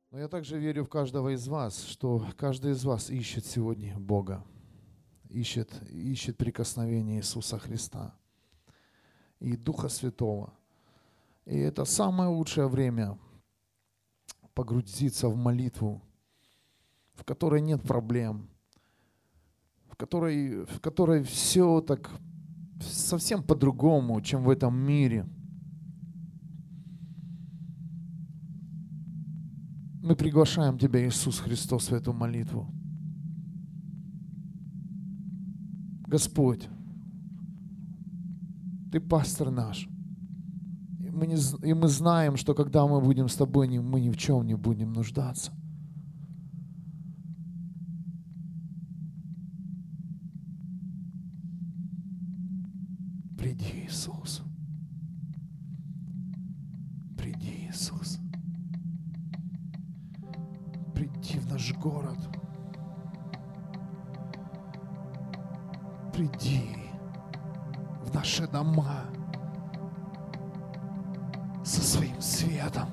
Но я также верю в каждого из вас, что каждый из вас ищет сегодня Бога, ищет прикосновение Иисуса Христа и Духа Святого. И это самое лучшее время погрузиться в молитву, в которой нет проблем, в которой все так совсем по-другому, чем в этом мире. Мы приглашаем Тебя, Иисус Христос, в эту молитву. Господь, Ты пастор наш. И мы знаем, что когда мы будем с Тобой, мы ни в чем не будем нуждаться. Приди, Иисус. Приди, Иисус. Приди в наш город. Приди в наши дома со своим светом.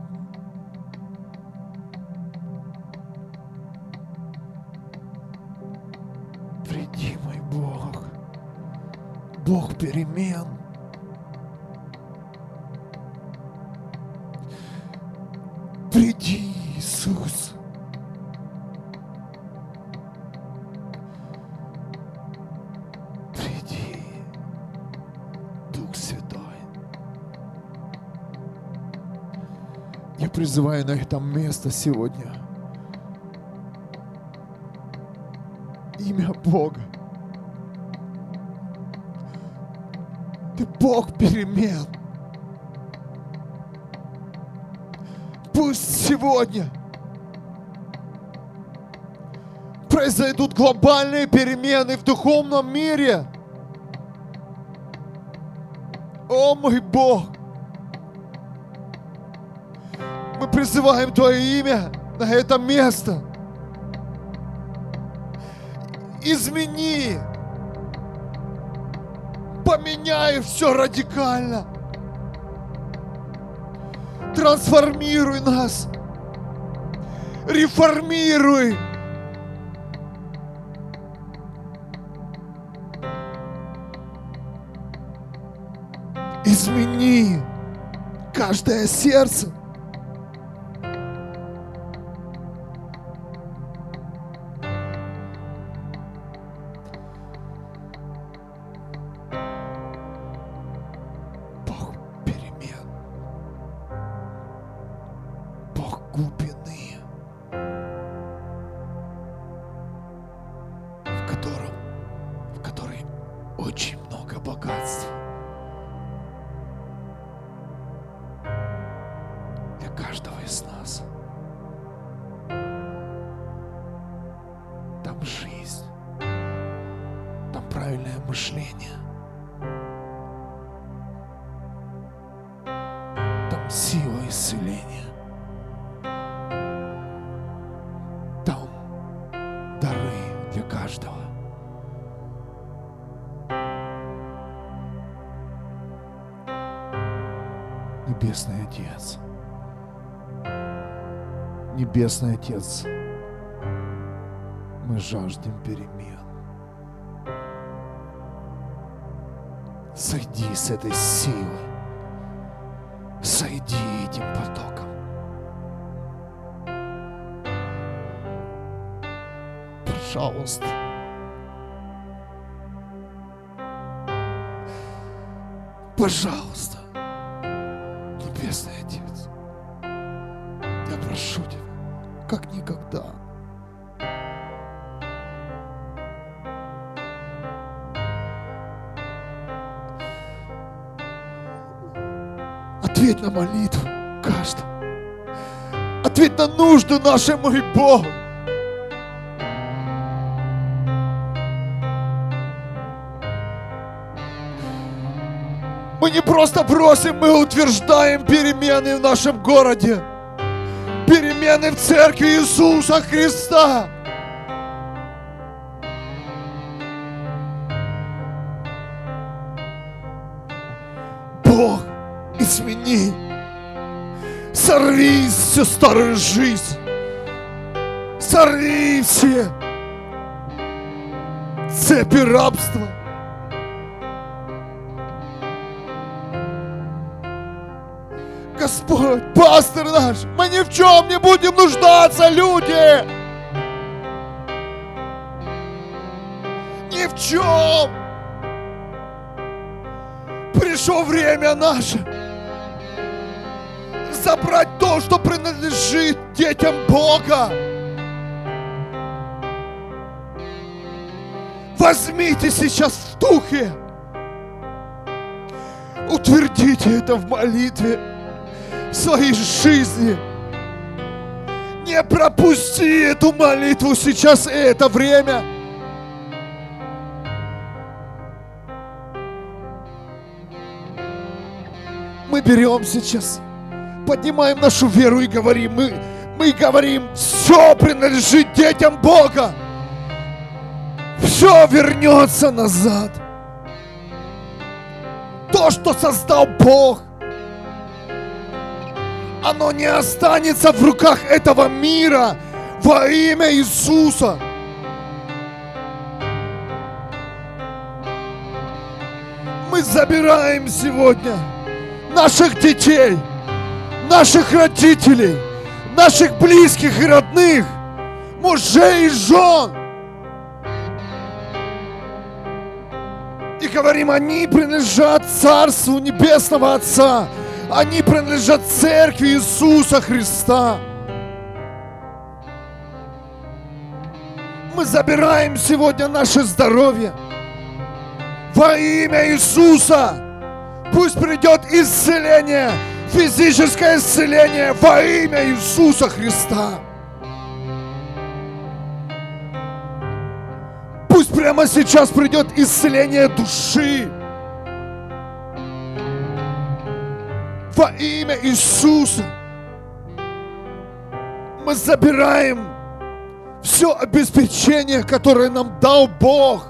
Приди, мой Бог, Бог перемен. Приди, Иисус. Приди, Дух Святой. Я призываю на это место сегодня имя Бога. Ты Бог перемен. Пусть сегодня произойдут глобальные перемены в духовном мире. О, мой Бог! Мы призываем Твое имя на это место. Измени, поменяй все радикально. Трансформируй нас. Реформируй. Измени каждое сердце. Бог перемен. Бог глубины, в которой очень много богатства. Для каждого из нас. Там жизнь, там правильное мышление, там сила исцеления, там дары для каждого. Небесный Отец, Небесный Отец, мы жаждем перемен. Сойди с этой силой, сойди этим потоком. Пожалуйста. Пожалуйста, Небесный Отец, я прошу Тебя, как никогда. Ответь на молитву каждого. Ответь на нужды нашей, мой Бог. Мы не просто просим, мы утверждаем перемены в нашем городе. Перемены в церкви Иисуса Христа. Бог, измени Сорви всю старую жизнь. Сорви все цепи рабства. Господь, пастор наш, мы ни в чем не будем нуждаться, люди. Ни в чем. Пришло время наше забрать то, что принадлежит детям Бога. Возьмите сейчас в духе. Утвердите это в молитве в своей жизни. Не пропусти эту молитву сейчас и это время. Мы берем сейчас, поднимаем нашу веру и говорим, мы говорим, все принадлежит детям Бога. Все вернется назад. То, что создал Бог, оно не останется в руках этого мира во имя Иисуса. Мы забираем сегодня наших детей, наших родителей, наших близких и родных, мужей и жен. И говорим, они принадлежат Царству Небесного Отца. Они принадлежат Церкви Иисуса Христа. Мы забираем сегодня наше здоровье во имя Иисуса. Пусть придет исцеление, физическое исцеление во имя Иисуса Христа. Пусть прямо сейчас придет исцеление души во имя Иисуса. Мы забираем все обеспечение, которое нам дал Бог.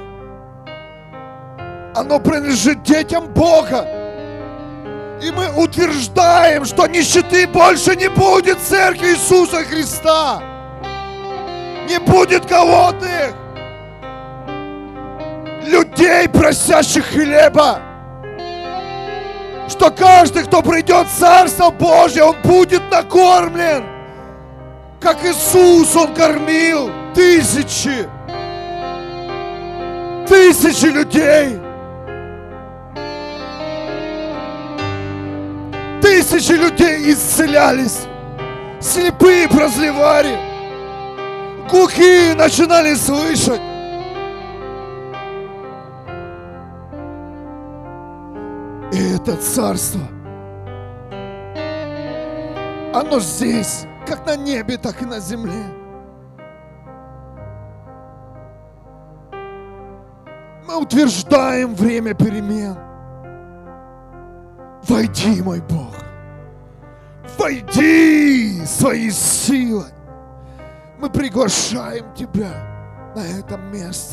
Оно принадлежит детям Бога. И мы утверждаем, что нищеты больше не будет в Церкви Иисуса Христа. Не будет голодных, людей, просящих хлеба. Что каждый, кто придет в Царство Божье, он будет накормлен. Как Иисус, Он кормил тысячи людей. Тысячи людей исцелялись. Слепые прозревали. Глухие начинали слышать. И это царство, оно здесь, как на небе, так и на земле. Мы утверждаем время перемен. Войди, мой Бог. Войди своей силой. Мы приглашаем Тебя на это место.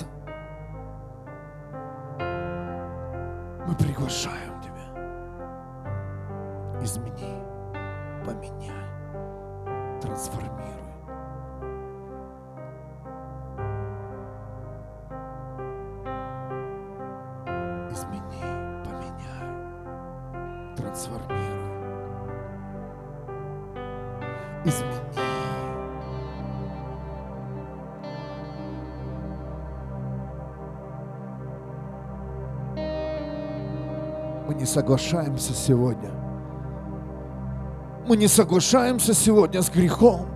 Мы приглашаем Тебя. Измени, поменяй, трансформируй. Измени, поменяй, трансформируй. Измени. Мы не соглашаемся сегодня. Мы не соглашаемся сегодня с грехом.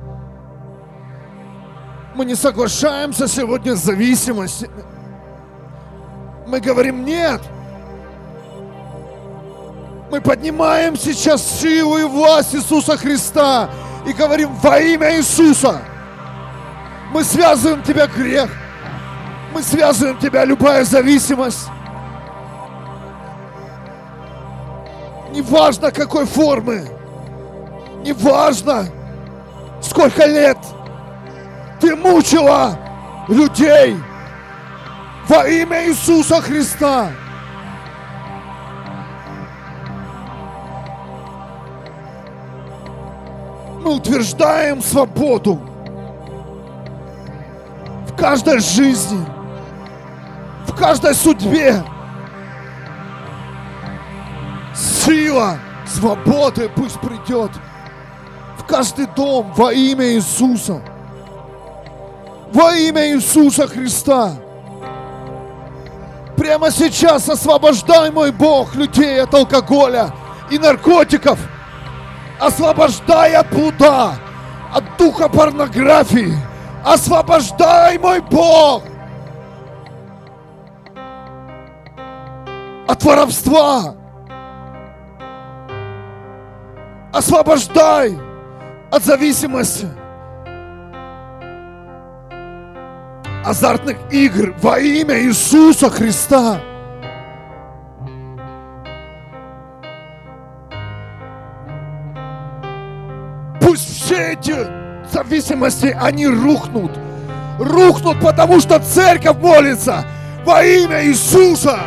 Мы не соглашаемся сегодня с зависимостью. Мы говорим нет. Мы поднимаем сейчас силу и власть Иисуса Христа и говорим во имя Иисуса. Мы связываем Тебя грех. Мы связываем Тебя любая зависимость. Неважно какой формы. Неважно сколько лет ты мучила людей во имя Иисуса Мы утверждаем свободу в каждой жизни, в каждой судьбе. Сила свободы пусть придет в каждый дом во имя Иисуса. Во имя Иисуса Христа. Прямо сейчас освобождай, мой Бог, людей от алкоголя и наркотиков. Освобождай от блуда, от духа порнографии. Освобождай, мой Бог, от воровства. Освобождай от зависимости, азартных игр во имя Иисуса Христа. Пусть все эти зависимости, они рухнут. Рухнут, потому что церковь молится во имя Иисуса.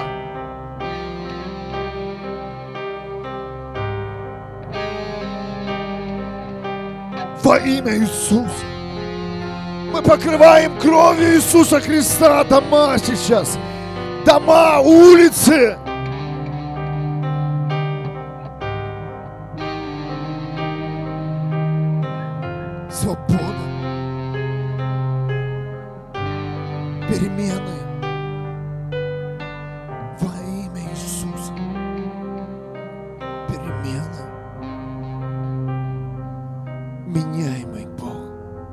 Во имя Иисуса. Мы покрываем кровью Иисуса Христа дома сейчас. Дома, улицы. Свобода. Перемены. Во имя Иисуса. Перемены. Меняй, мой Бог.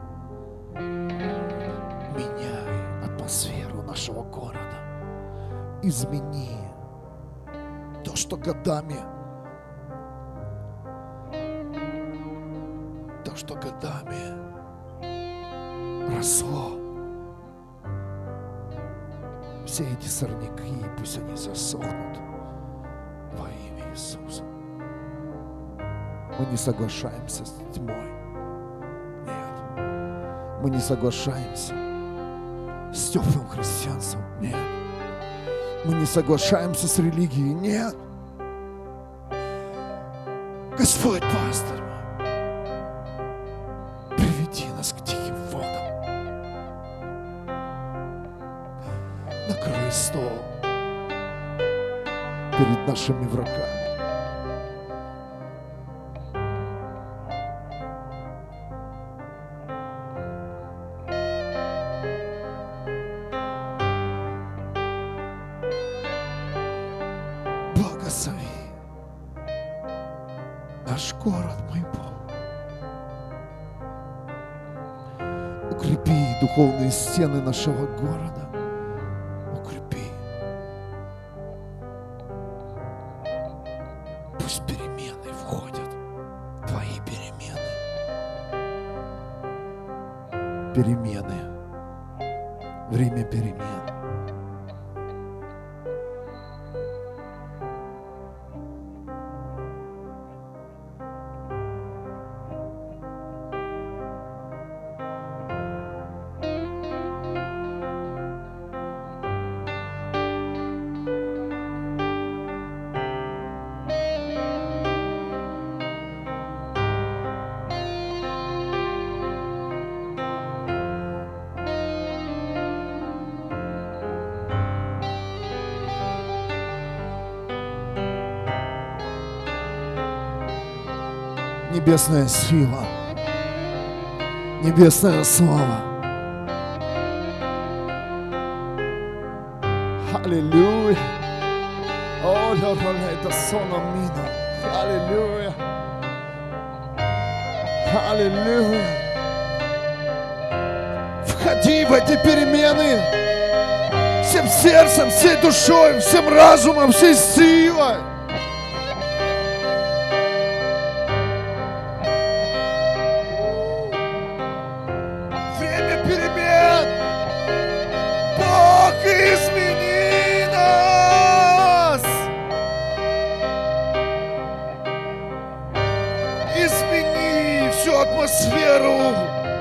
Меняй атмосферу нашего города. Измени то, что годами росло. Все эти сорняки, пусть они засохнут во имя Иисуса. Мы не соглашаемся с тьмой. Нет. Мы не соглашаемся с теплым христианством. Нет. Мы не соглашаемся с религией. Нет. Господь, пастырь мой, приведи нас к тихим водам. Накрой стол перед нашими врагами. Благослови наш город, мой Бог. Укрепи духовные стены нашего города. Укрепи. Пусть перемены входят. Твои перемены. Перемены. Время перемен. Небесная сила, небесная слава. Аллилуйя. О, это сон амина. Аллилуйя. Аллилуйя. Входи в эти перемены всем сердцем, всей душой, всем разумом, всей силой. Атмосферу.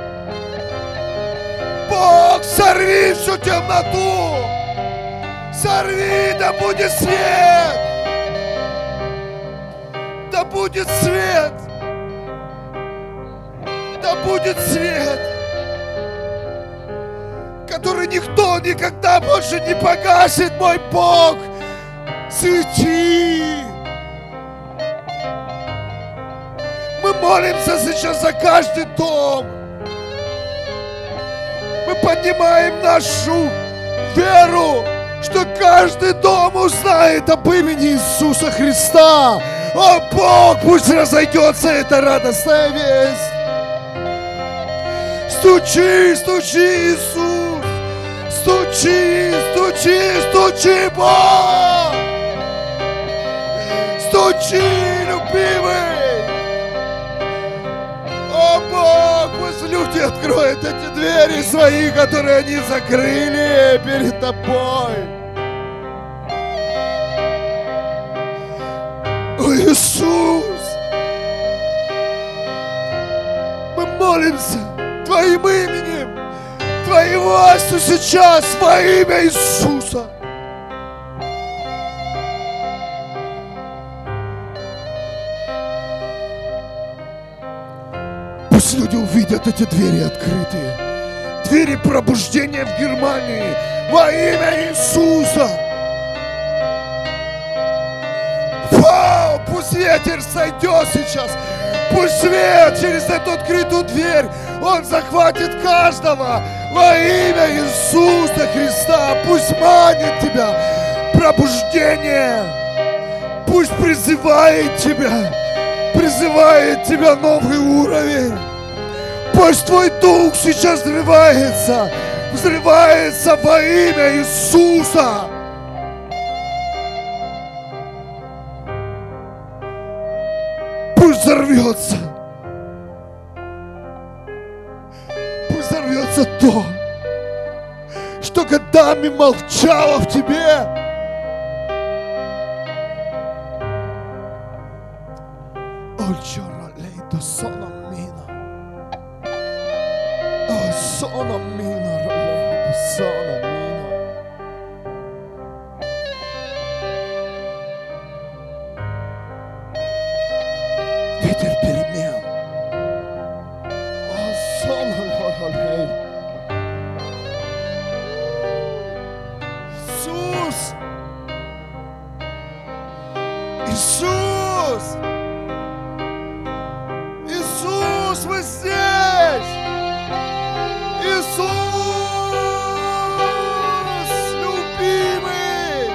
Бог, сорви всю темноту. Сорви, да будет свет. Да будет свет. да будет свет, который никто никогда больше не погасит, мой Бог. Свети. Мы молимся сейчас за каждый дом. Мы поднимаем нашу веру, что каждый дом узнает об имени Иисуса Христа. О Бог, пусть разойдется эта радостная весть. Стучи, стучи, Иисус. Стучи, стучи, стучи, Бог. Стучи, любимый. О Бог, пусть люди откроют эти двери свои, которые они закрыли перед Тобой. О Иисус, мы молимся Твоим именем, Твоей властью сейчас во имя Иисуса. Пусть люди увидят эти двери открытые, двери пробуждения в Германии во имя Иисуса. Вау! Пусть ветер сойдет сейчас, пусть свет через эту открытую дверь, он захватит каждого во имя Иисуса Христа. Пусть манит тебя пробуждение, пусть призывает тебя новый уровень. Пусть твой дух сейчас взрывается во имя Иисуса. Пусть взорвется то, что годами молчало в тебе. Ветер перемен. Иисус! Иисус! Иисус, вы здесь! Иисус, любимый!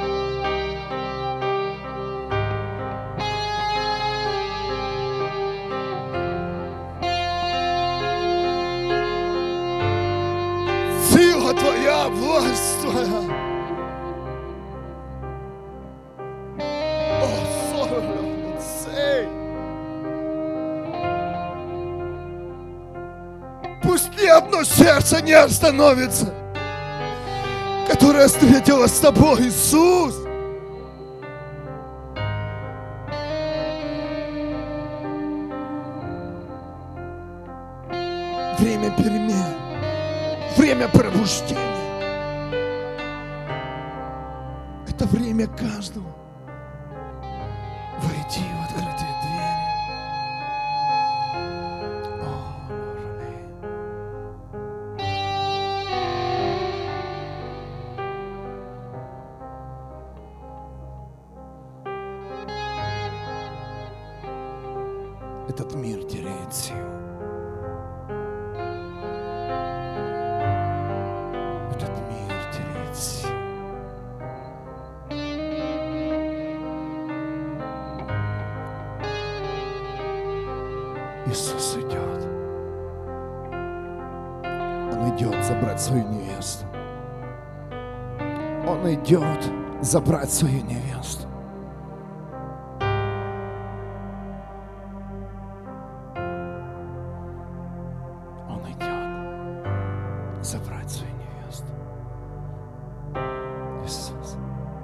Сила Твоя, власть Твоя! Пусть ни одно сердце не остановится, которое встретилось с Тобой, Иисус. Время перемен, время пробуждения. Это время каждого войти в открытые двери. Этот мир теряет силу. Этот мир теряет силу. Иисус идет. Он идет забрать свою невесту. Он идет забрать свою невесту. Забрать свою невесту. Иисус.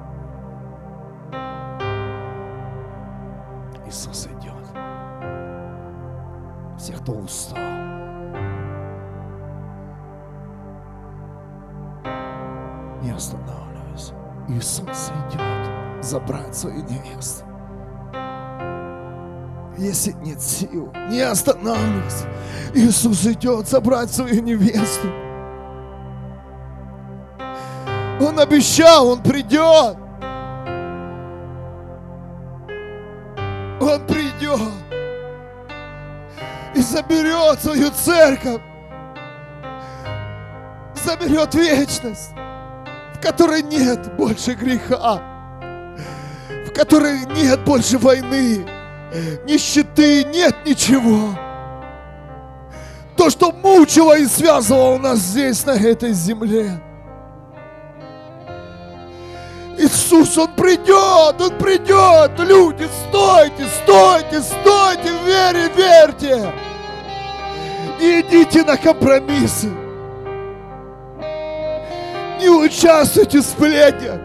Иисус идет. Всех, кто устал. Не останавливайся. Иисус идет забрать свою невесту. Если нет сил, не останавливайся. Иисус идет забрать свою невесту. Он обещал, Он придет. Он придет и заберет свою церковь, заберет вечность, в которой нет больше греха, в которой нет больше войны, нищеты, нет ничего. То, что мучило и связывало нас здесь, на этой земле. Иисус, Он придет, Он придет. Люди, стойте, стойте, стойте, в вере верьте. Не идите на компромиссы. Не участвуйте в сплетнях.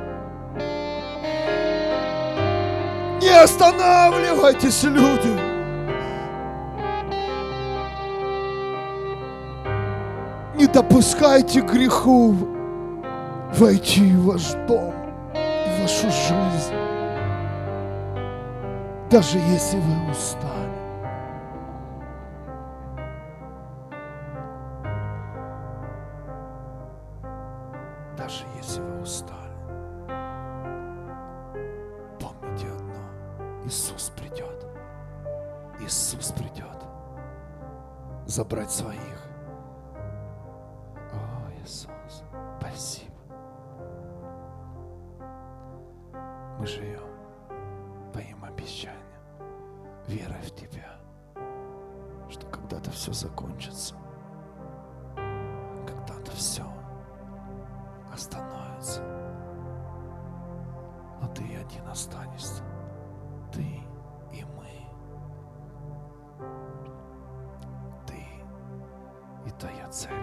Не останавливайтесь, люди. Не допускайте греху войти в ваш дом, в вашу жизнь, даже если вы устали. Даже если вы устали, помните одно: Иисус придет. Иисус придет забрать своих. О, Иисус, спасибо. Мы живем Твоим обещанием, верой в Тебя, что когда-то все закончится, когда-то все остановится, но Ты один останешься, Ты и мы, Ты и Твоя церковь.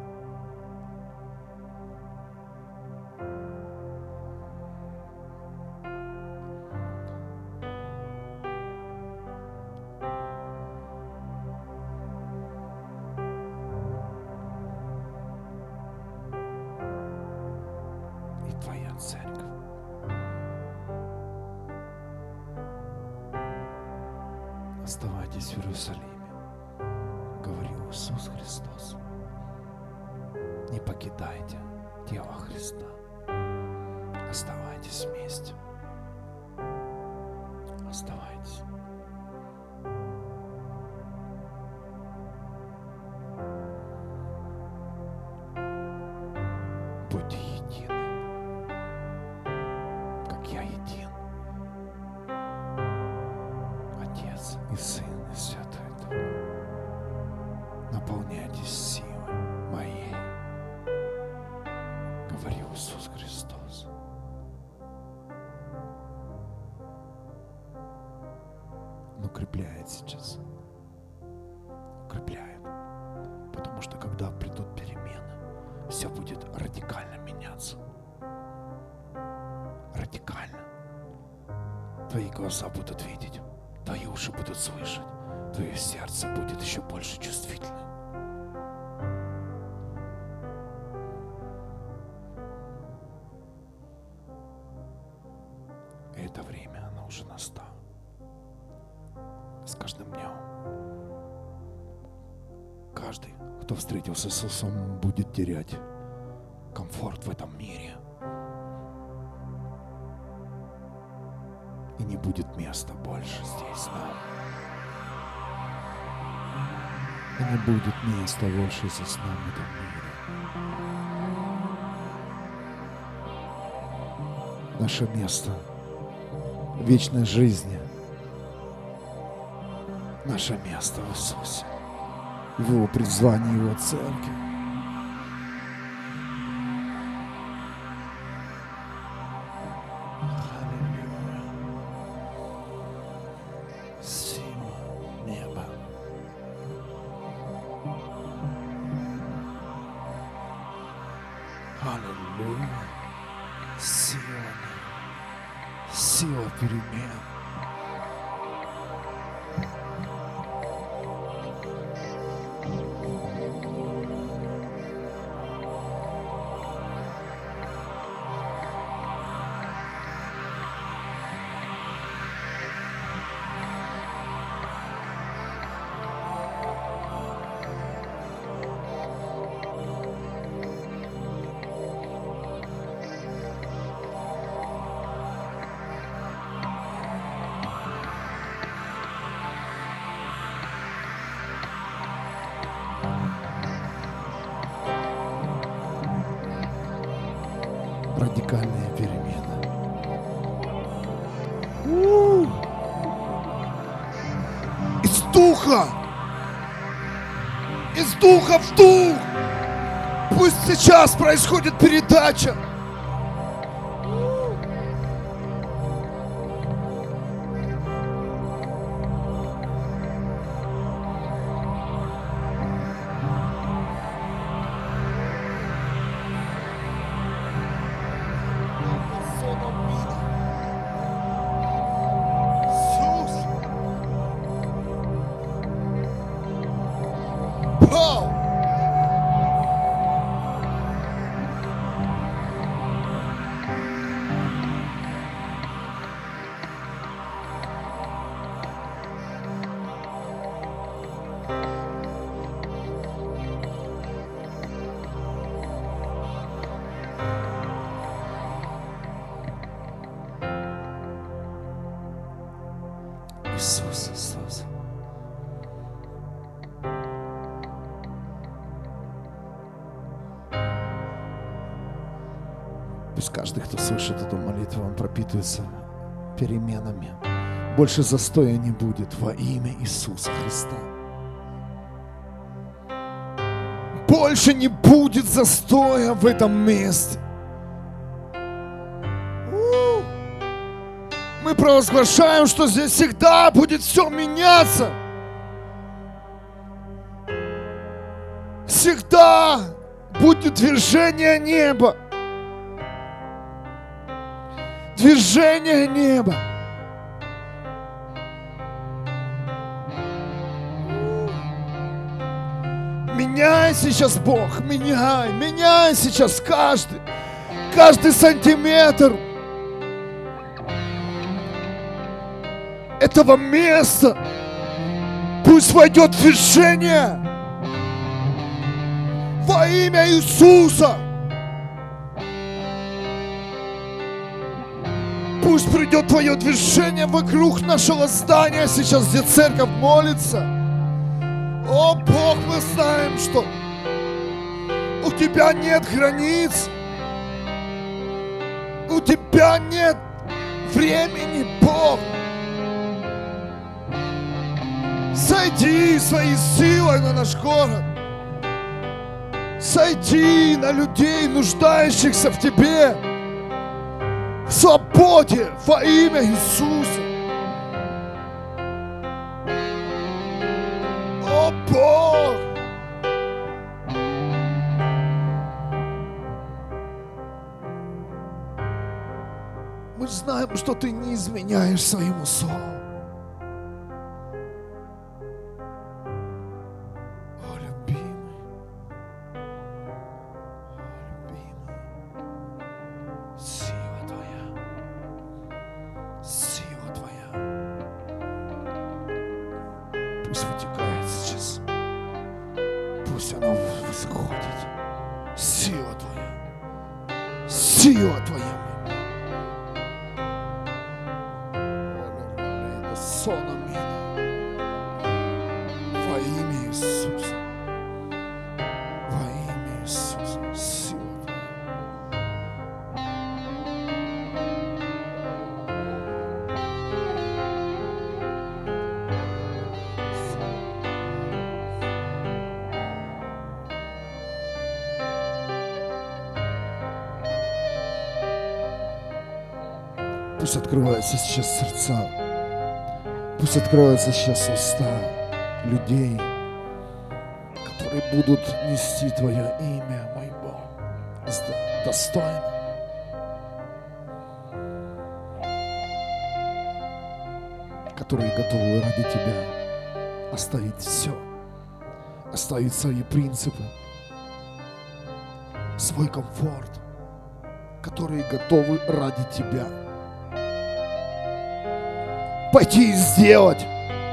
Твоя церковь. Оставайтесь в Иерусалиме, говорил Иисус Христос. Не покидайте тело Христа. Оставайтесь вместе. Оставайтесь. Будьте едины. Я един, Отец и Сын и Святой Дух. Наполняйтесь силой моей, говорил Иисус Христос. Он укрепляет сейчас, укрепляет, потому что когда придут перемены, все будет радикально меняться. Радикально. Твои глаза будут видеть, твои уши будут слышать, твое сердце будет еще больше чувствительным. И это время, оно уже настало. С каждым днем каждый, кто встретился с Иисусом, будет терять комфорт в этом мире. И не будет места больше здесь нам. И не будет места больше здесь нам в этом мире. Наше место в вечной жизни. Наше место в Иисусе, в Его призвании, в Его церкви. Аллилуйя. Сила перемен. радикальные перемены. Из духа в дух. Пусть сейчас происходит передача. Иисус, Иисус. Пусть каждый, кто слышит эту молитву, он пропитывается переменами. Больше застоя не будет во имя Иисуса Христа. Больше не будет застоя в этом месте. Мы провозглашаем, что здесь всегда будет все меняться. Всегда будет движение неба. Движение неба. Меняй сейчас, Бог, меняй сейчас каждый сантиметр этого места. Пусть войдет движение во имя Иисуса. Пусть придет Твое движение вокруг нашего здания сейчас, где церковь молится. О, Бог, мы знаем, что у Тебя нет границ, у Тебя нет времени, Бог. Сойди своей силой на наш город. Сойди на людей, нуждающихся в Тебе, в свободе во имя Иисуса. О, Бог! Мы знаем, что Ты не изменяешь своему слову. Сила Твоя. Во имя Иисуса. Во имя Иисуса. Сила Твоя. Пусть открываются сейчас сердца, пусть открываются сейчас уста людей, которые будут нести Твое имя, мой Бог, достойно. Которые готовы ради Тебя оставить все, оставить свои принципы, свой комфорт, которые готовы ради Тебя пойти и сделать.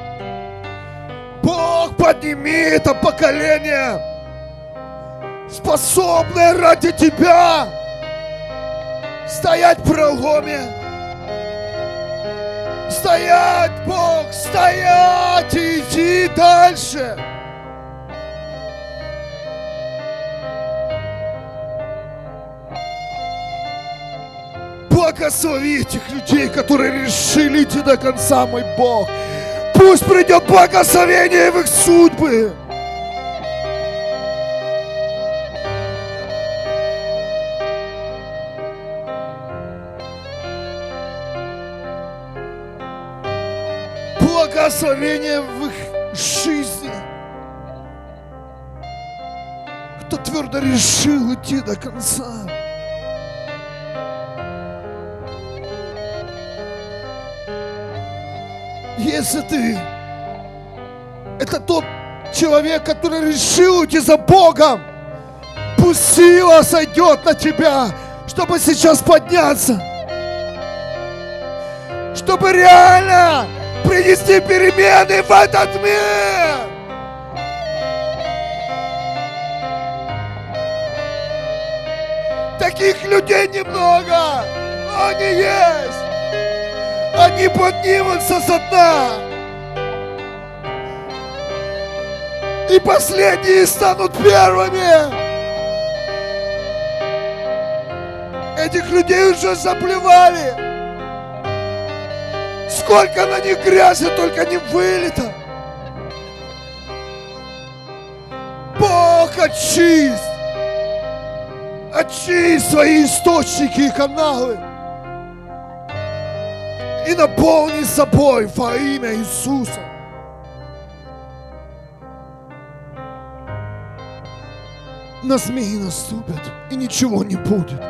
Бог, подними это поколение, способное ради Тебя стоять в проломе. Стоять, Бог, стоять и идти дальше. Благослови этих людей, которые решили идти до конца, мой Бог. Пусть придет благословение в их судьбы. Благословение в их жизни. Кто твердо решил идти до конца. Если ты это тот человек, который решил идти за Богом, пусть сила сойдет на тебя, чтобы сейчас подняться, чтобы реально принести перемены в этот мир. Таких людей немного, но они есть. Они поднимутся со дна. И последние станут первыми. Этих людей уже заплевали. Сколько на них грязи только не вылито. Бог, очисть. Очисть свои источники и каналы. И наполни собой во имя Иисуса. На змеи наступят, и ничего не будет.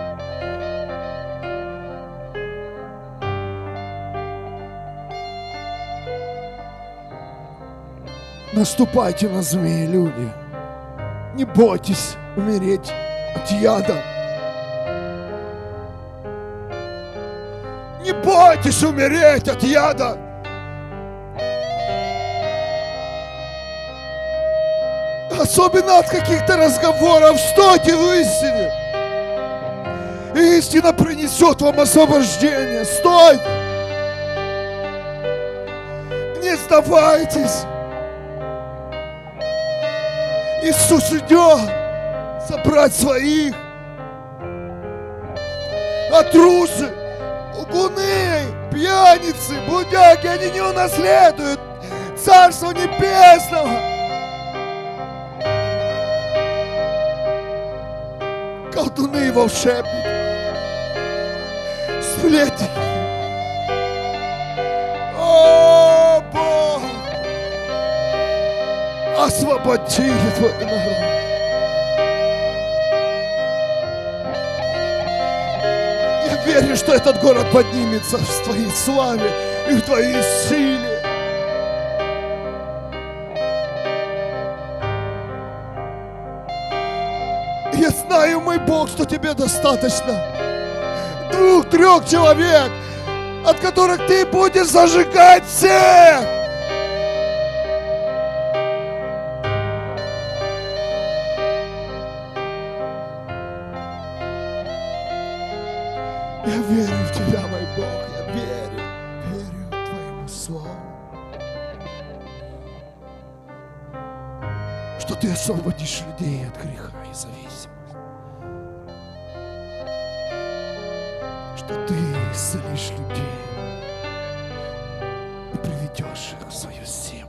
Наступайте на змеи, люди. Не бойтесь умереть от яда. Не бойтесь умереть от яда. Особенно от каких-то разговоров. Стойте в истине. И истина принесет вам освобождение. Стойте. Не сдавайтесь. Иисус идет забрать своих. А трусы, лгуны, пьяницы, блудяги, они не унаследуют Царство Небесного. Колдуны и волшебники, сплетники. О, Бог, освободи твой народ. Я верю, что этот город поднимется в твоей славе и в твоей силе. Я знаю, мой Бог, что тебе достаточно 2-3 человек, от которых ты будешь зажигать всех. Я верю в тебя, мой Бог, я верю твоему слову, что ты освободишь людей от греха и зависимости, что ты исцелишь людей и приведешь их в свою землю.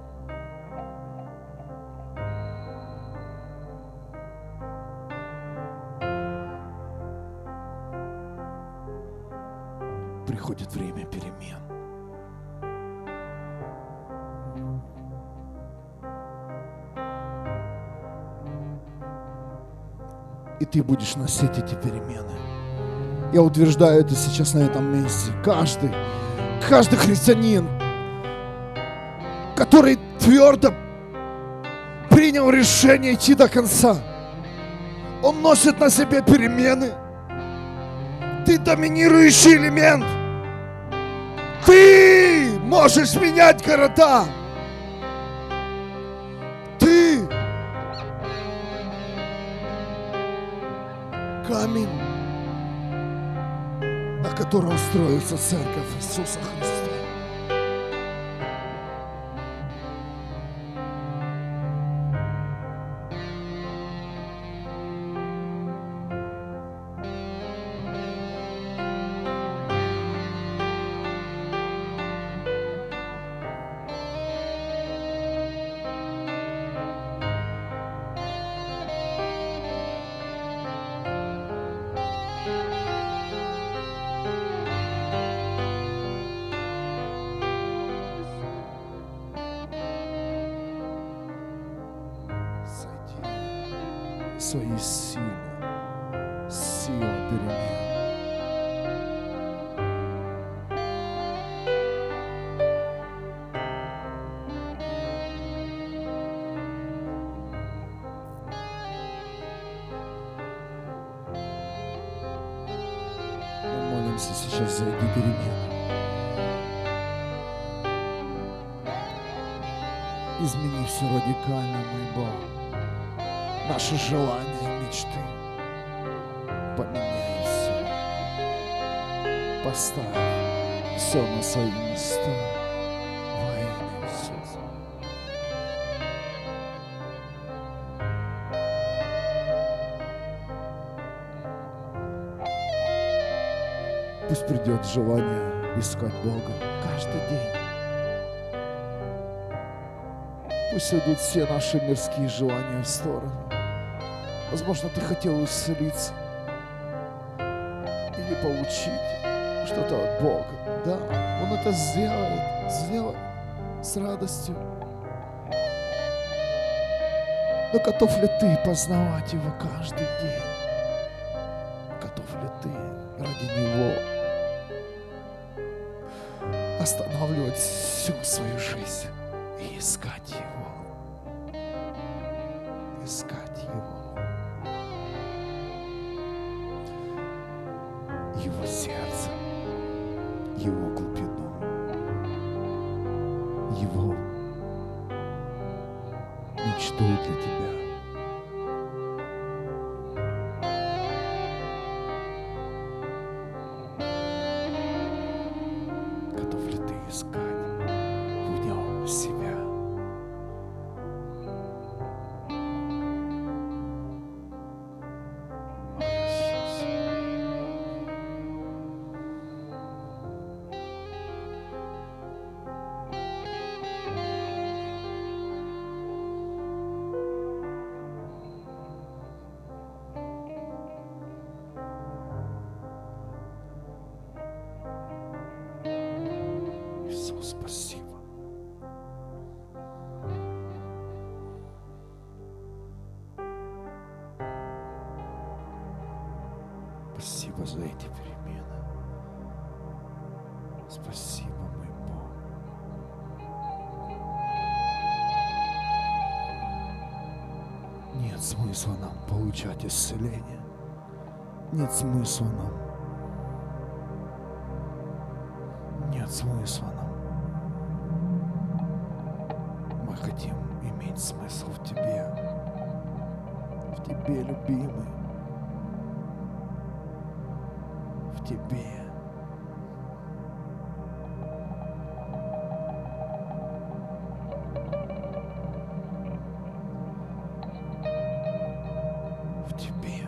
Приходит время перемен. И ты будешь носить эти перемены. Я утверждаю это сейчас на этом месте. Каждый христианин, который твердо принял решение идти до конца, он носит на себе перемены. Ты доминирующий элемент. Ты можешь менять города. Ты камень, на котором строится церковь Иисуса Христа. своей силы, сила перемен. Мы молимся сейчас за эти перемены. Измени все радикально, мой Бог. Наши желания и мечты. Поменяй все. Поставь все на свои места. Во имя Иисуса. Пусть придет желание искать Бога каждый день. Пусть идут все наши мирские желания в сторону. Возможно, ты хотел исцелиться или получить что-то от Бога. Да, Он это сделает с радостью. Но готов ли ты познавать Его каждый день? Готов ли ты ради Него останавливать всю свою жизнь и искать Его? Искать Его. Его сердце, Его глубину, Его мечту для тебя. Готов ли ты искать в Нем себя? Иисус, спасибо. Спасибо за эти перемены. Спасибо, мой Бог. Нет смысла нам получать исцеление. Нет смысла нам. Нет смысла нам. Мы хотим иметь смысл в Тебе. В Тебе, любимый. В Тебе. В Тебе.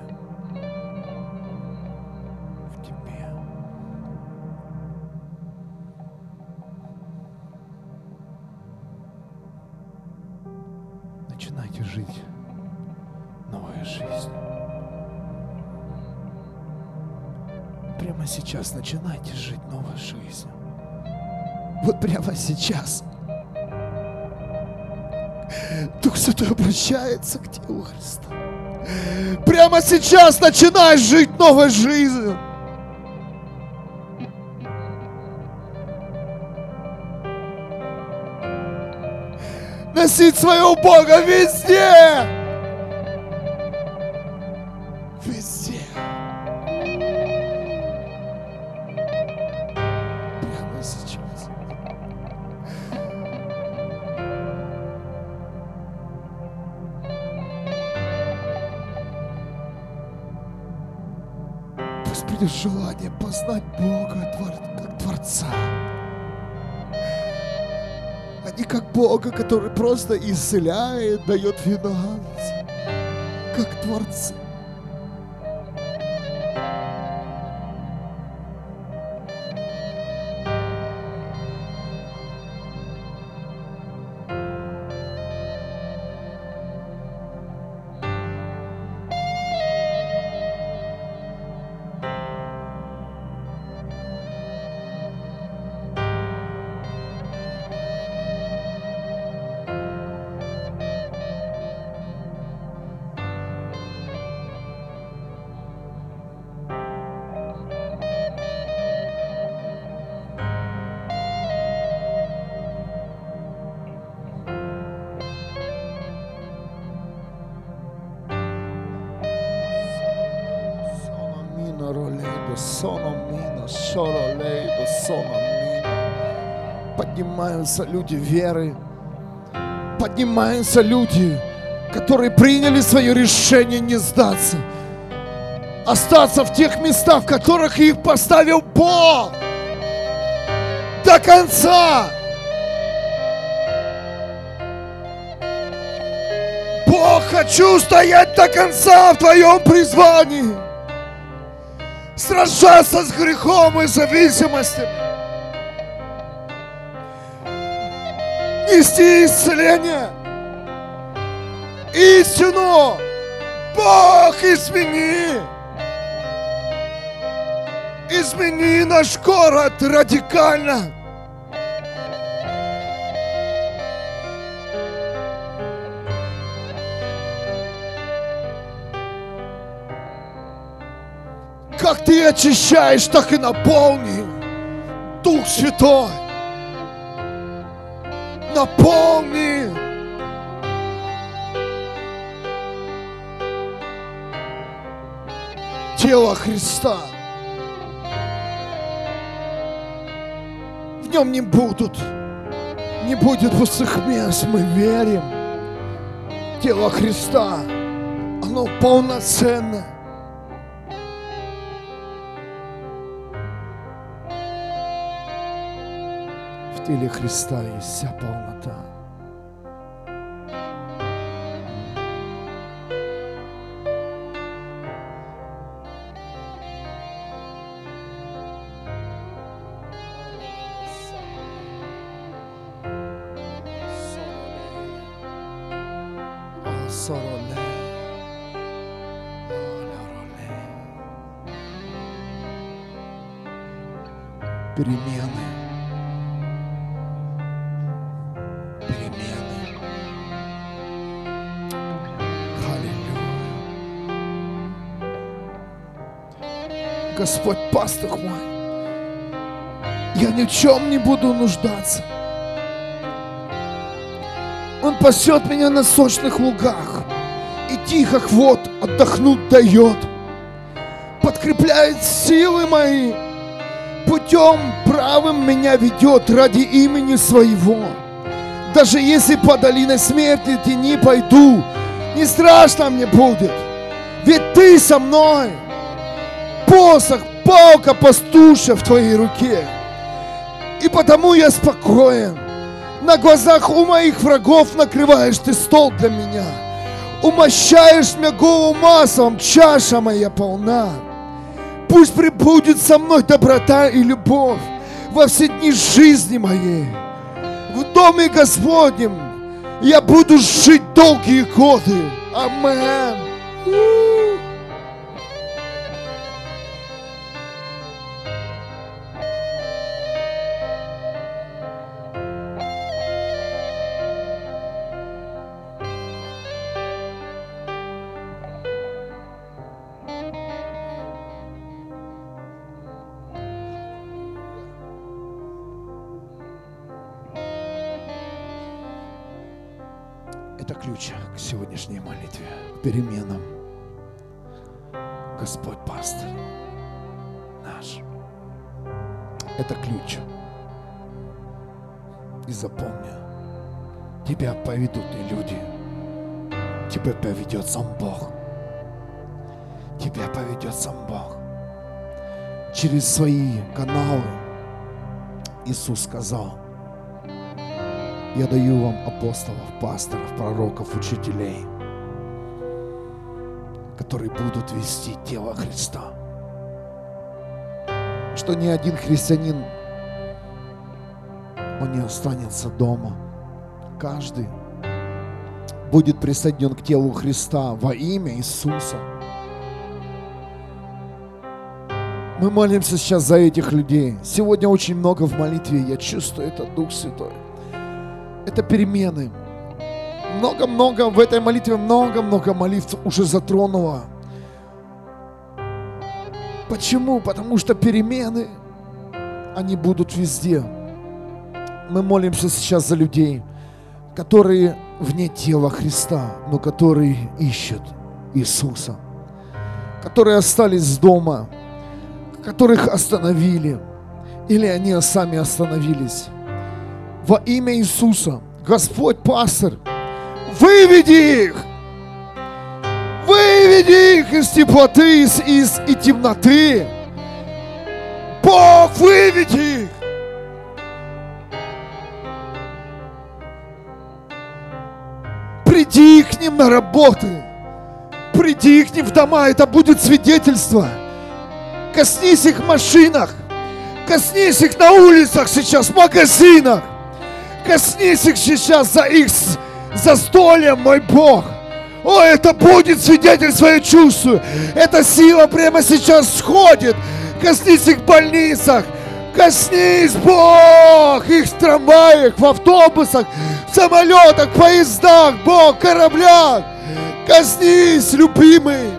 В Тебе. Начинайте жить новой жизнью. Прямо сейчас начинайте жить новой жизнью. Вот прямо сейчас Дух Святой обращается к телу Христа. Прямо сейчас начинай жить новой жизнью. Носить своего Бога везде. Везде. Прямо сейчас. Пусть придет желание познать Бога как Творца. А не как Бога, который просто исцеляет, дает финансы, как Творца. Поднимаются люди веры, поднимаются люди, которые приняли свое решение не сдаться, остаться в тех местах, в которых их поставил Бог до конца. Бог, хочу стоять до конца в Твоем призвании, сражаться с грехом и зависимостями, нести исцеление, истину. Бог, измени наш город радикально. Как Ты очищаешь, так и наполни, Дух Святой. Наполни. Тело Христа. В нем не будет пустых мест. Мы верим. Тело Христа, оно полноценно. В теле Христа есть вся полнота. Перемены. Аллилуйя. Господь, пастырь мой, я ни в чем не буду нуждаться. Он пасет меня на сочных лугах и тихих вод отдохнуть дает, подкрепляет силы мои, путем правым меня ведет ради имени Своего. Даже если по долине смерти тени пойду, не страшно мне будет, ведь Ты со мной. Посох, палка пастушья в Твоей руке, и потому я спокоен. На глазах у моих врагов накрываешь Ты стол для меня, умощаешь меня голову маслом, чаша моя полна. Пусть пребудет со мной доброта и любовь во все дни жизни моей. В доме Господнем я буду жить долгие годы. Амен. Это ключ к сегодняшней молитве, к переменам. Господь пастырь наш. Это ключ. И запомни, тебя поведут не люди, тебя поведет сам Бог. Тебя поведет сам Бог. Через свои каналы Иисус сказал: я даю вам апостолов, пасторов, пророков, учителей, которые будут вести тело Христа. Что ни один христианин, он не останется дома. Каждый будет присоединен к телу Христа во имя Иисуса. Мы молимся сейчас за этих людей. Сегодня очень много в молитве, я чувствую, это Дух Святой. Это перемены. Много-много в этой молитве, много-много молитв уже затронуло. Почему? Потому что перемены, они будут везде. Мы молимся сейчас за людей, которые вне тела Христа, но которые ищут Иисуса, которые остались дома, которых остановили, или они сами остановились. Во имя Иисуса, Господь, пастор, выведи их! Выведи их из теплоты, из темноты. Бог, выведи их! Приди к ним на работы. Приди к ним в дома. Это будет свидетельство. Коснись их в машинах. Коснись их на улицах сейчас, в магазинах. Коснись их сейчас за их застольем, мой Бог. О, это будет свидетельство, я чувствую. Эта сила прямо сейчас сходит. Коснись их в больницах. Коснись, Бог, их в трамваях, в автобусах, в самолетах, в поездах, Бог, в кораблях. Коснись, любимый.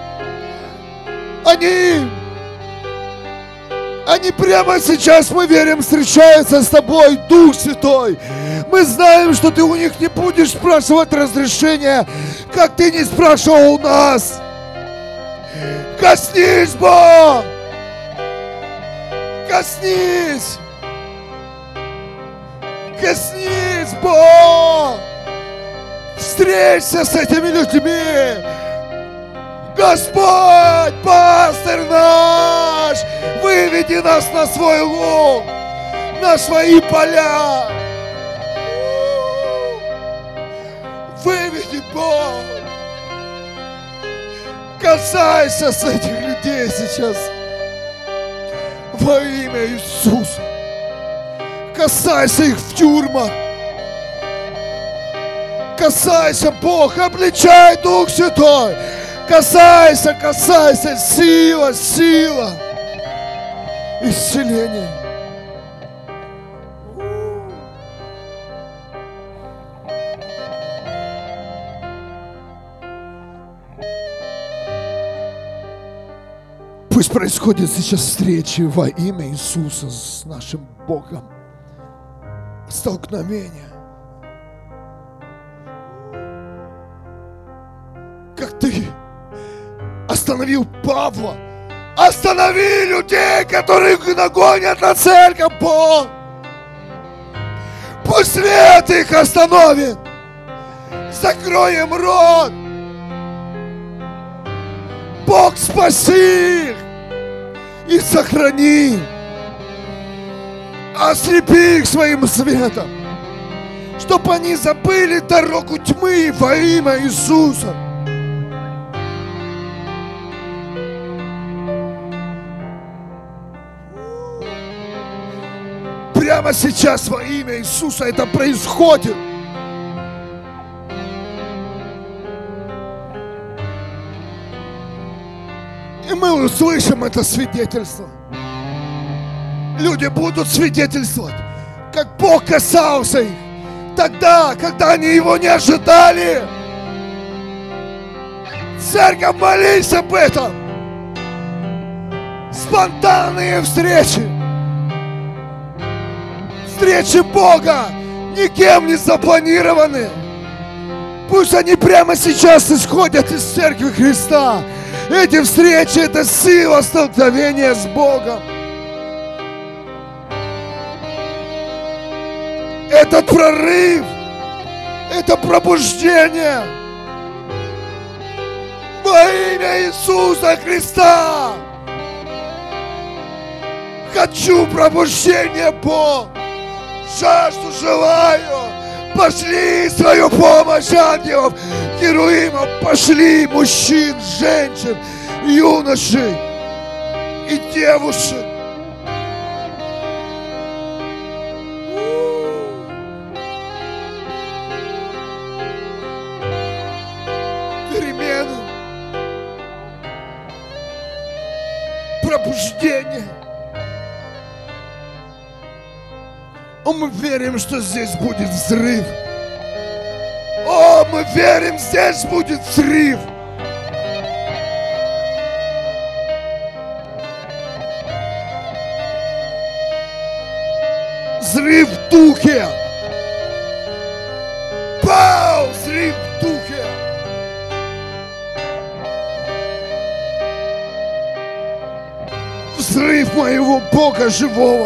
Они прямо сейчас, мы верим, встречаются с тобой, Дух Святой. Мы знаем, что ты у них не будешь спрашивать разрешения, как ты не спрашивал у нас. Коснись, Бог! Коснись! Коснись, Бог! Встреться с этими людьми! Господь, пастырь наш, выведи нас на свой луг, на свои поля. Выведи, Бог. Касайся с этих людей сейчас. Во имя Иисуса. Касайся их в тюрьмах. Касайся, Бог, обличай, Дух Святой. Касайся, касайся, сила, сила, исцеление. Пусть происходит сейчас встреча во имя Иисуса с нашим Богом. Столкновение. Как ты остановил Павла. Останови людей, которые нагонят на церковь, Бог. Пусть свет их остановит. Закроем рот. Бог, спаси их и сохрани. Ослепи их своим светом, чтобы они забыли дорогу тьмы во имя Иисуса. Прямо сейчас во имя Иисуса это происходит. И мы услышим это свидетельство. Люди будут свидетельствовать, как Бог касался их тогда, когда они Его не ожидали. Церковь, молись об этом. Спонтанные встречи. Встречи Бога никем не запланированы. Пусть они прямо сейчас исходят из Церкви Христа. Эти встречи – это сила столкновения с Богом. Этот прорыв, это пробуждение во имя Иисуса Христа. Хочу пробуждения, Бог. Жажду желаю. Пошли свою помощь ангелов, херувимов. Пошли мужчин, женщин, юношей и девушек. Перемены. Пробуждение. О, мы верим, что здесь будет взрыв. О, мы верим, здесь будет взрыв. Взрыв в духе. Пау! Взрыв в духе. взрыв моего Бога живого,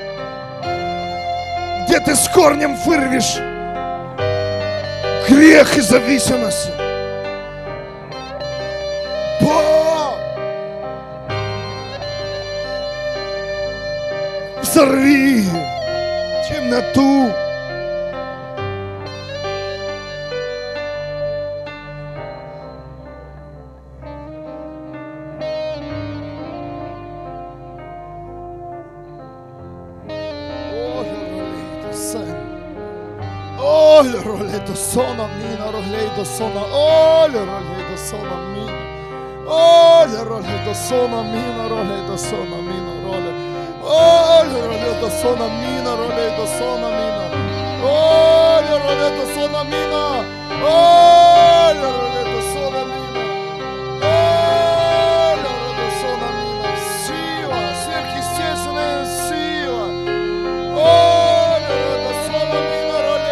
где ты с корнем вырвешь грех и зависимость. Бог, взорви темноту. Olha, roleto sona mina, roleto sona, olha, roleto sona mina, olha, roleto sona mina, roleto sona mina, olha, roleto sona mina, roleto sona mina, olha, roleto sona mina, olha, roleto sona mina, olha, roleto sona mina, сила, сверхъестественная сила, olha, roleto sona mina.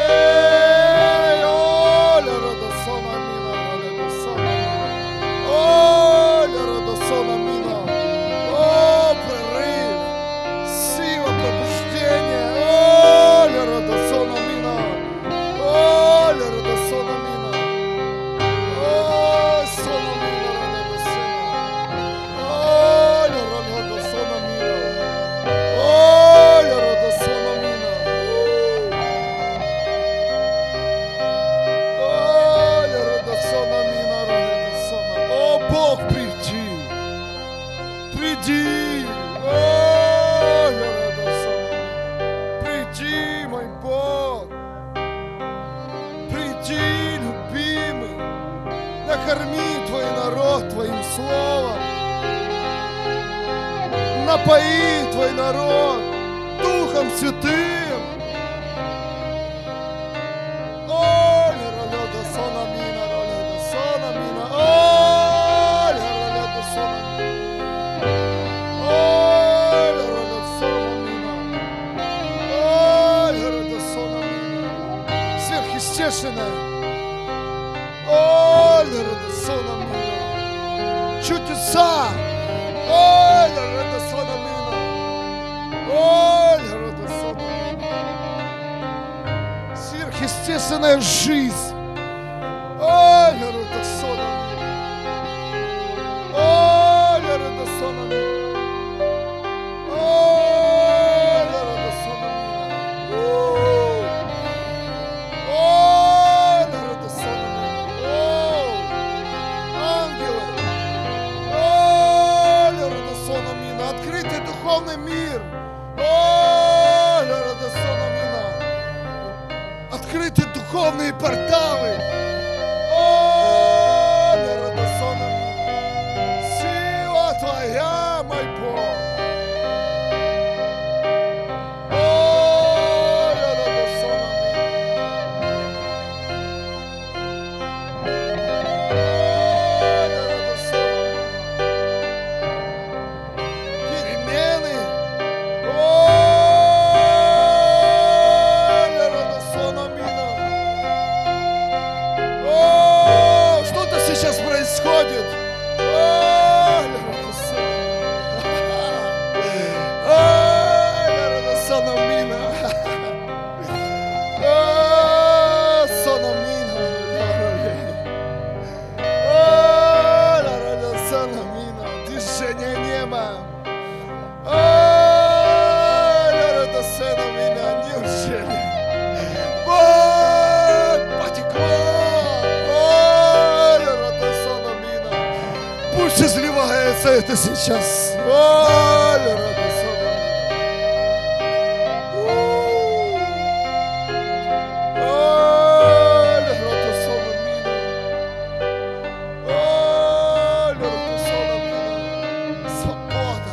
Напои твой народ Духом Святым. Olha, roleta sona mina, roleta sona mina. Olha, roleta sona mina. Olha, roleta sona mina. Olha, roleta sona mina. Сверхъестественное. Olha, roleta sona mina. Чудеса. Olha, roleta sona mina. Olha, roleta sona mina. Сверхъестественная жизнь. Olha, roleta sona mina. Olha, roleta sona mina. Olha, roleta sona mina. Olha, roleta sona mina. Ангелы. Olha, roleta sona mina. Открытый духовный мир. Olha, roleta sona mina. Открыты духовные порталы. Olha, roleta sona mina. Сила Твоя, мой Бог. Olha, roleta sona mina. Olha, roleta sona mina. Перемены. Olha, roleta sona mina. О, что-то сейчас происходит. Olha, roleta sona mina. Olha, roleta sona mina. О, sona mina. Olha, roleta sona mina. Движение неба. Olha, roleta sona mina. Неужели? Вот, потекло. Olha, roleta sona mina. Пусть изливается это сейчас. Olha, roleta sona mina. Olha, roleta sona mina. Olha, roleta sona mina. Свобода.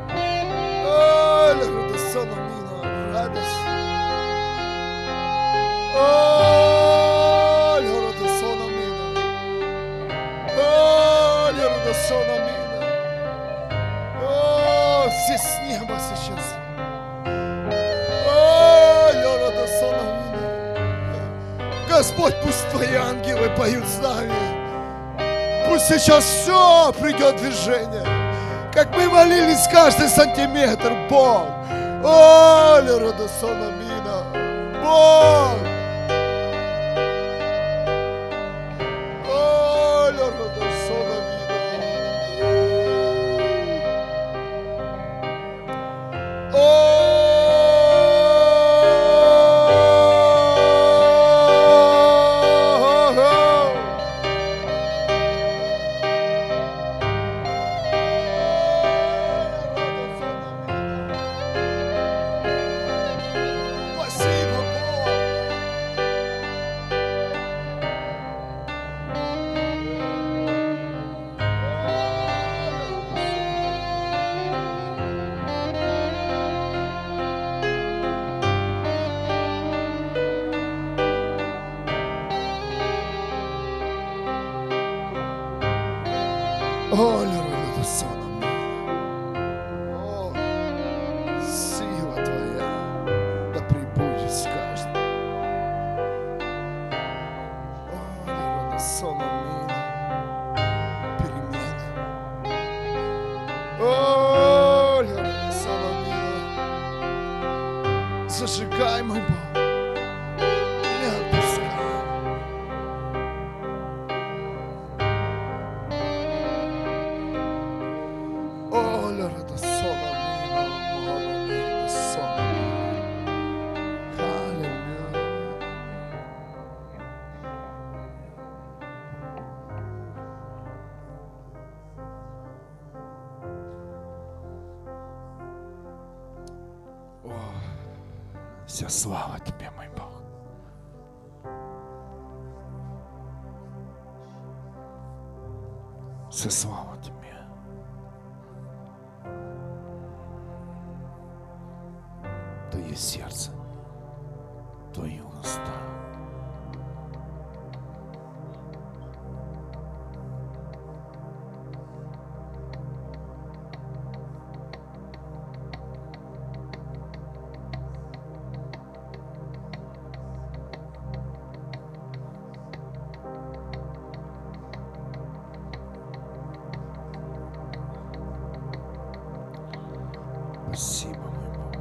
Olha, roleta sona mina. Радость. Olha, roleta sona mina. Olha, roleta sona mina. О, все с неба сейчас. Olha, roleta sona mina. Господь, пусть Твои ангелы поют с нами. Пусть сейчас все придет в движение. как мы молились каждый сантиметр, Бог. О, Леродосонамина, Бог. О, Леродосонамина. О, сила Твоя да пребудет с каждым. О, Сонамина, перемены. О, Сонамина, зажигай, мой Бог, не отпускай. Вся слава Тебе, мой Бог. Вся слава Тебе. Твое сердце, Твои уста. Спасибо, мой Бог.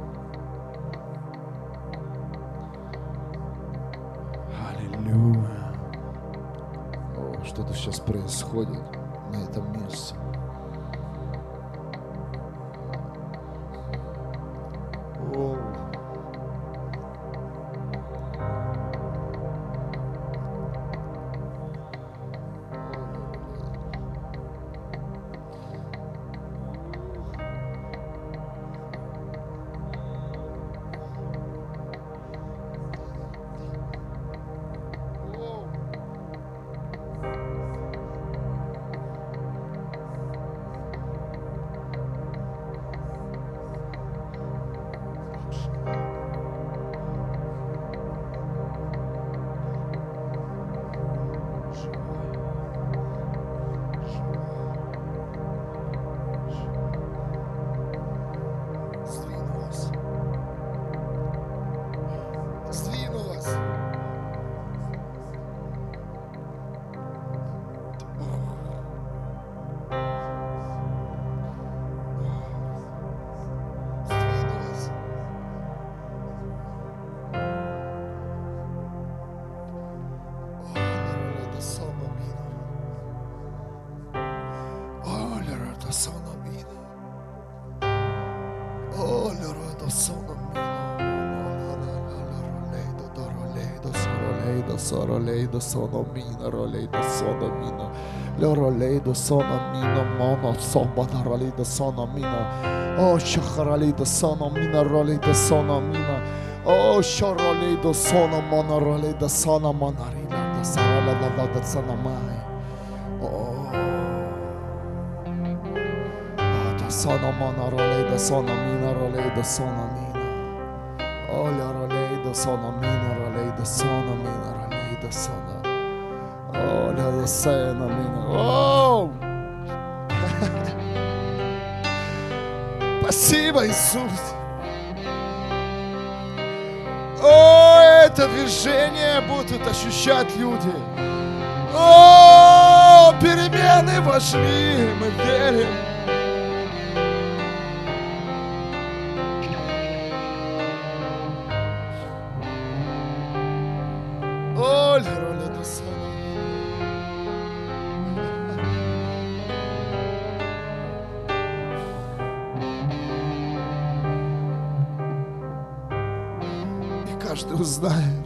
Аллилуйя. О, что-то сейчас происходит на этом месте. О. Roleido sonomina, roleido sonomina, roleido sonomina, mono sombata roleido sonomina, oh shaharalido sonomina, roleido sonomina, oh sharoleido sonomona, roleido sonomona, rilada sarala da sonamai, oh da sonomona, roleido sonomina, roleido sonomina, oh roleido sonomina, roleido sonomina. Сона. О, ля сена меня. О! Спасибо, Иисус. О, это движение будут ощущать люди. О, перемены вошли, мы верим. каждый узнает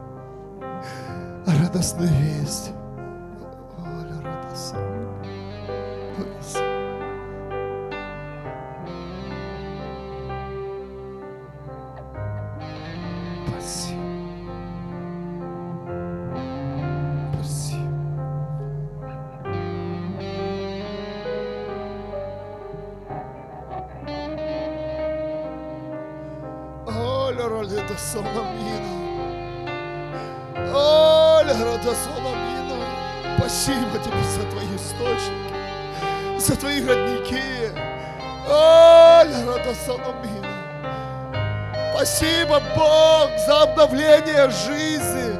радостную весть. Оля, радостная. Спасибо тебе за твои источники, за твои родники. Спасибо, Бог, за обновление жизни.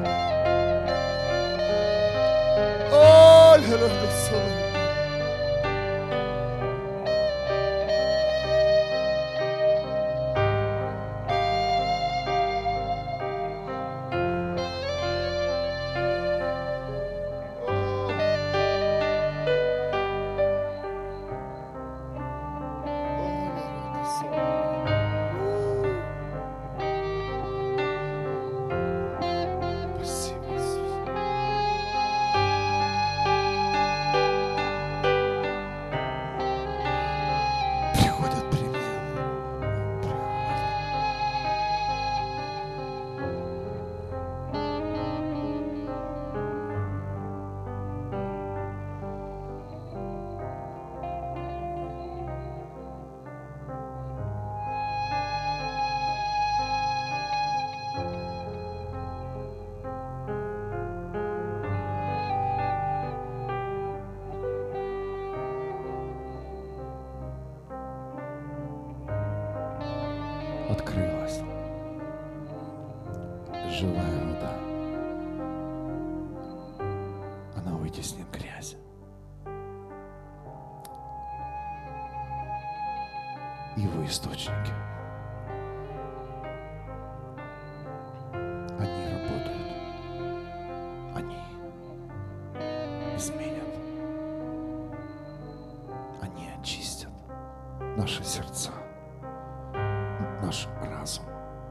Открылась живая вода. Она вытеснит грязь. Его источники. Они работают. Они изменят. Они очистят наши сердца. Наш разум,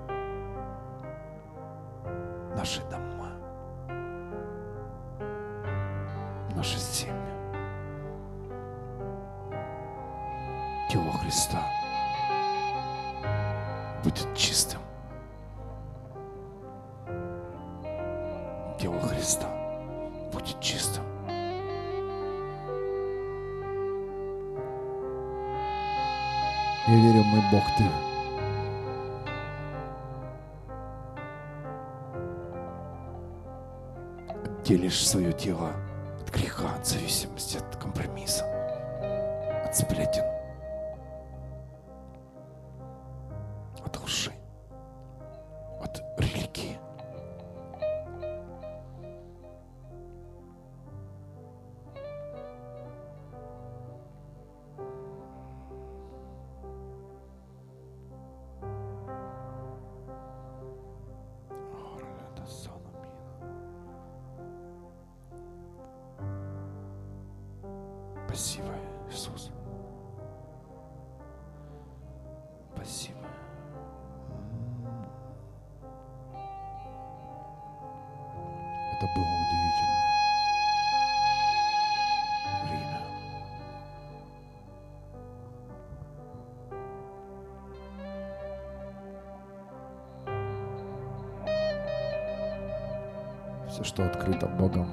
наши дома, наши семьи. Тело Христа будет чистым. Тело Христа будет чистым. Я верю, мой Бог, Ты делишь свое тело от греха, от зависимости, от компромисса, от сплетен, от лжи, от религии. Спасибо, Иисус. Спасибо. Это было удивительное время. Все, что открыто Богом,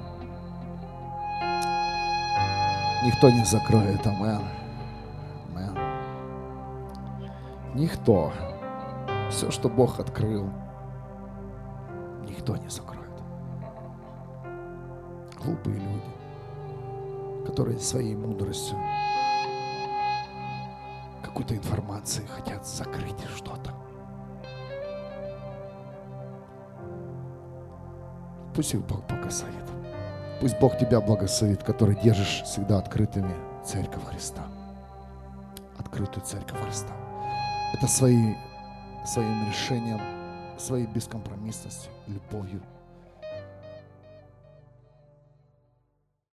никто не закроет. Амен. Амен. Никто. Все, что Бог открыл, никто не закроет. Глупые люди, которые своей мудростью, какой-то информацией хотят закрыть что-то. Пусть их Бог благословит. Пусть Бог тебя благословит, который держишь всегда открытыми Церковь Христа. Открытую Церковь Христа. Это своим решением, своей бескомпромиссностью, любовью